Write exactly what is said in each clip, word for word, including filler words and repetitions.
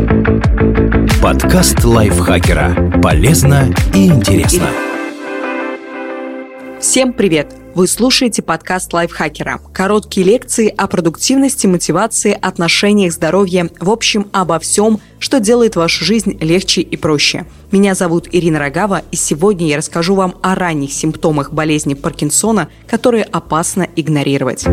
Подкаст лайфхакера. Полезно и интересно. Всем привет! Вы слушаете подкаст лайфхакера. Короткие лекции о продуктивности, мотивации, отношениях, здоровье. В общем, обо всем, что делает вашу жизнь легче и проще. Меня зовут Ирина Рогава, и сегодня я расскажу вам о ранних симптомах болезни Паркинсона, которые опасно игнорировать.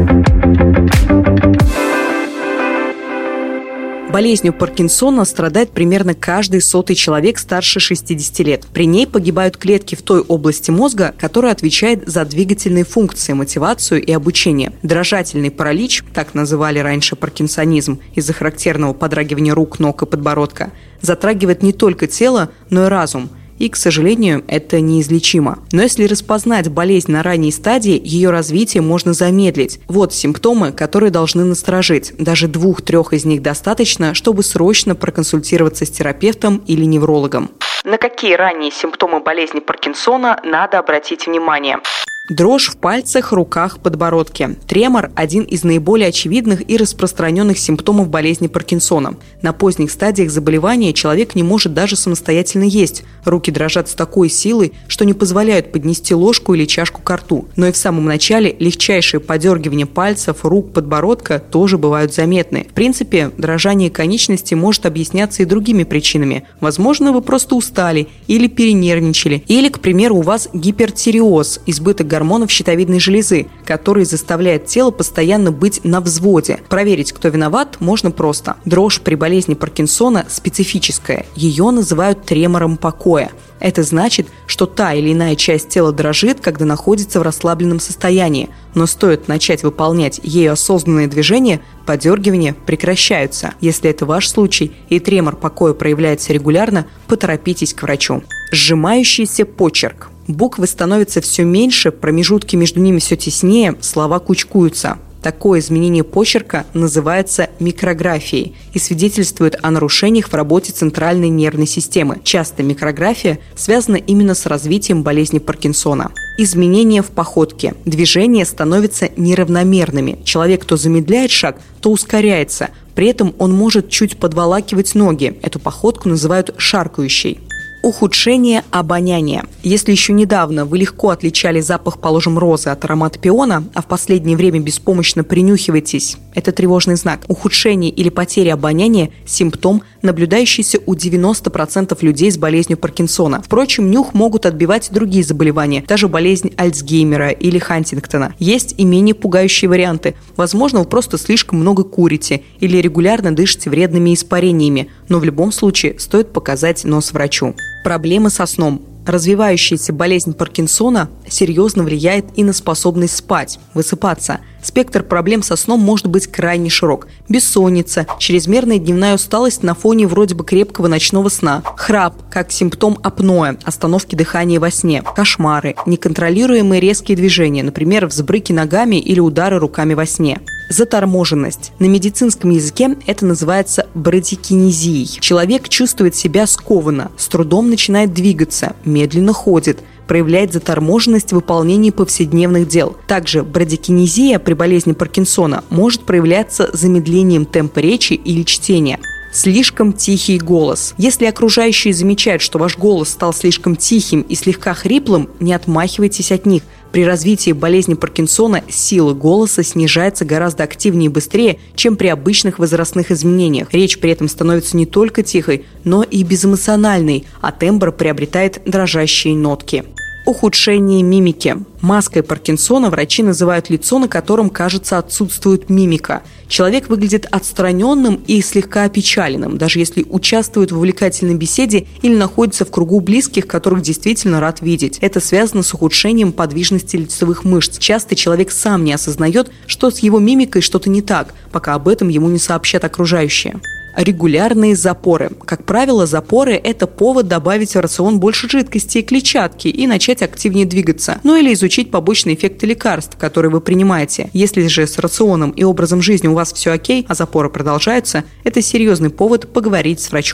Болезнью Паркинсона страдает примерно каждый сотый человек старше шестидесяти лет. При ней погибают клетки в той области мозга, которая отвечает за двигательные функции, мотивацию и обучение. Дрожательный паралич, так называли раньше паркинсонизм из-за характерного подрагивания рук, ног и подбородка, затрагивает не только тело, но и разум. И, к сожалению, это неизлечимо. Но если распознать болезнь на ранней стадии, ее развитие можно замедлить. Вот симптомы, которые должны насторожить. Даже двух-трех из них достаточно, чтобы срочно проконсультироваться с терапевтом или неврологом. На какие ранние симптомы болезни Паркинсона надо обратить внимание? Дрожь в пальцах, руках, подбородке. Тремор – один из наиболее очевидных и распространенных симптомов болезни Паркинсона. На поздних стадиях заболевания человек не может даже самостоятельно есть. Руки дрожат с такой силой, что не позволяют поднести ложку или чашку ко рту. Но и в самом начале легчайшие подергивания пальцев, рук, подбородка тоже бывают заметны. В принципе, дрожание конечностей может объясняться и другими причинами. Возможно, вы просто устали или перенервничали. Или, к примеру, у вас гипертиреоз, избыток гормонов щитовидной железы, который заставляет тело постоянно быть на взводе. Проверить, кто виноват, можно просто. Дрожь при болезни Паркинсона специфическая. Ее называют тремором покоя. Это значит, что та или иная часть тела дрожит, когда находится в расслабленном состоянии. Но стоит начать выполнять ею осознанные движения, подергивания прекращаются. Если это ваш случай и тремор покоя проявляется регулярно, поторопитесь к врачу. Сжимающийся почерк. Буквы становятся все меньше, промежутки между ними все теснее, слова кучкуются. Такое изменение почерка называется микрографией и свидетельствует о нарушениях в работе центральной нервной системы. Часто микрография связана именно с развитием болезни Паркинсона. Изменения в походке. Движения становятся неравномерными. Человек то замедляет шаг, то ускоряется. При этом он может чуть подволакивать ноги. Эту походку называют шаркающей. Ухудшение обоняния. Если еще недавно вы легко отличали запах, положим, розы от аромата пиона, а в последнее время беспомощно принюхиваетесь, это тревожный знак. Ухудшение или потеря обоняния – симптом, наблюдающийся у девяноста процентов людей с болезнью Паркинсона. Впрочем, нюх могут отбивать и другие заболевания, даже болезнь Альцгеймера или Хантингтона. Есть и менее пугающие варианты. Возможно, вы просто слишком много курите или регулярно дышите вредными испарениями, но в любом случае стоит показать нос врачу. Проблемы со сном. Развивающаяся болезнь Паркинсона серьезно влияет и на способность спать, высыпаться. Спектр проблем со сном может быть крайне широк. Бессонница, чрезмерная дневная усталость на фоне вроде бы крепкого ночного сна, храп, как симптом апноэ, остановки дыхания во сне, кошмары, неконтролируемые резкие движения, например, взбрыки ногами или удары руками во сне. Заторможенность. На медицинском языке это называется брадикинезией. Человек чувствует себя скованно, с трудом начинает двигаться, медленно ходит, проявляет заторможенность в выполнении повседневных дел. Также брадикинезия при болезни Паркинсона может проявляться замедлением темпа речи или чтения. Слишком тихий голос. Если окружающие замечают, что ваш голос стал слишком тихим и слегка хриплым, не отмахивайтесь от них. При развитии болезни Паркинсона сила голоса снижается гораздо активнее и быстрее, чем при обычных возрастных изменениях. Речь при этом становится не только тихой, но и безэмоциональной, а тембр приобретает дрожащие нотки. Ухудшение мимики. Маской Паркинсона врачи называют лицо, на котором, кажется, отсутствует мимика. Человек выглядит отстраненным и слегка опечаленным, даже если участвует в увлекательной беседе или находится в кругу близких, которых действительно рад видеть. Это связано с ухудшением подвижности лицевых мышц. Часто человек сам не осознает, что с его мимикой что-то не так, пока об этом ему не сообщат окружающие. Регулярные запоры. Как правило, запоры – это повод добавить в рацион больше жидкости и клетчатки и начать активнее двигаться. Ну или изучить побочные эффекты лекарств, которые вы принимаете. Если же с рационом и образом жизни у вас все окей, а запоры продолжаются, это серьезный повод поговорить с врачом.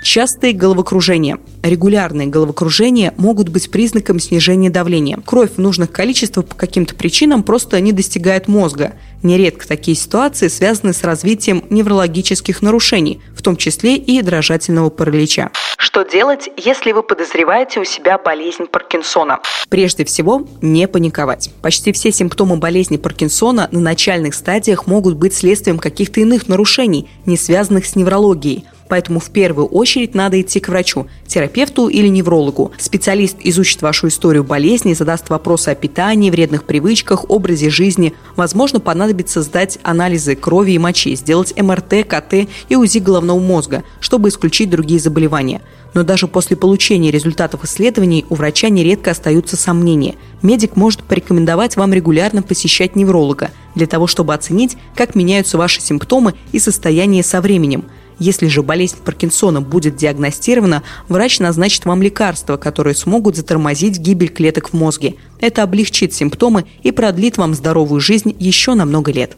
Частые головокружения. Регулярные головокружения могут быть признаком снижения давления. Кровь в нужных количествах по каким-то причинам просто не достигает мозга. Нередко такие ситуации связаны с развитием неврологических нарушений, в том числе и дрожательного паралича. Что делать, если вы подозреваете у себя болезнь Паркинсона? Прежде всего, не паниковать. Почти все симптомы болезни Паркинсона на начальных стадиях могут быть следствием каких-то иных нарушений, не связанных с неврологией. Поэтому в первую очередь надо идти к врачу, терапевту или неврологу. Специалист изучит вашу историю болезни, задаст вопросы о питании, вредных привычках, образе жизни. Возможно, понадобится сдать анализы крови и мочи, сделать эм эр тэ, ка тэ и УЗИ головного мозга, чтобы исключить другие заболевания. Но даже после получения результатов исследований у врача нередко остаются сомнения. Медик может порекомендовать вам регулярно посещать невролога для того, чтобы оценить, как меняются ваши симптомы и состояние со временем. Если же болезнь Паркинсона будет диагностирована, врач назначит вам лекарства, которые смогут затормозить гибель клеток в мозге. Это облегчит симптомы и продлит вам здоровую жизнь еще на много лет.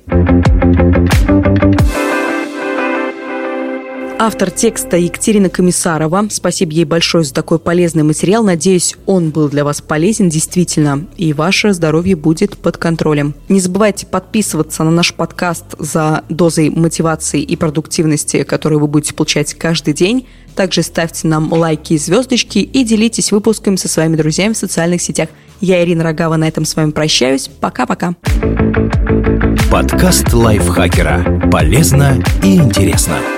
Автор текста Екатерина Комиссарова. Спасибо ей большое за такой полезный материал. Надеюсь, он был для вас полезен действительно, и ваше здоровье будет под контролем. Не забывайте подписываться на наш подкаст за дозой мотивации и продуктивности, которую вы будете получать каждый день. Также ставьте нам лайки и звездочки и делитесь выпусками со своими друзьями в социальных сетях. Я, Ирина Рогава, на этом с вами прощаюсь. Пока-пока. Подкаст лайфхакера. Полезно и интересно.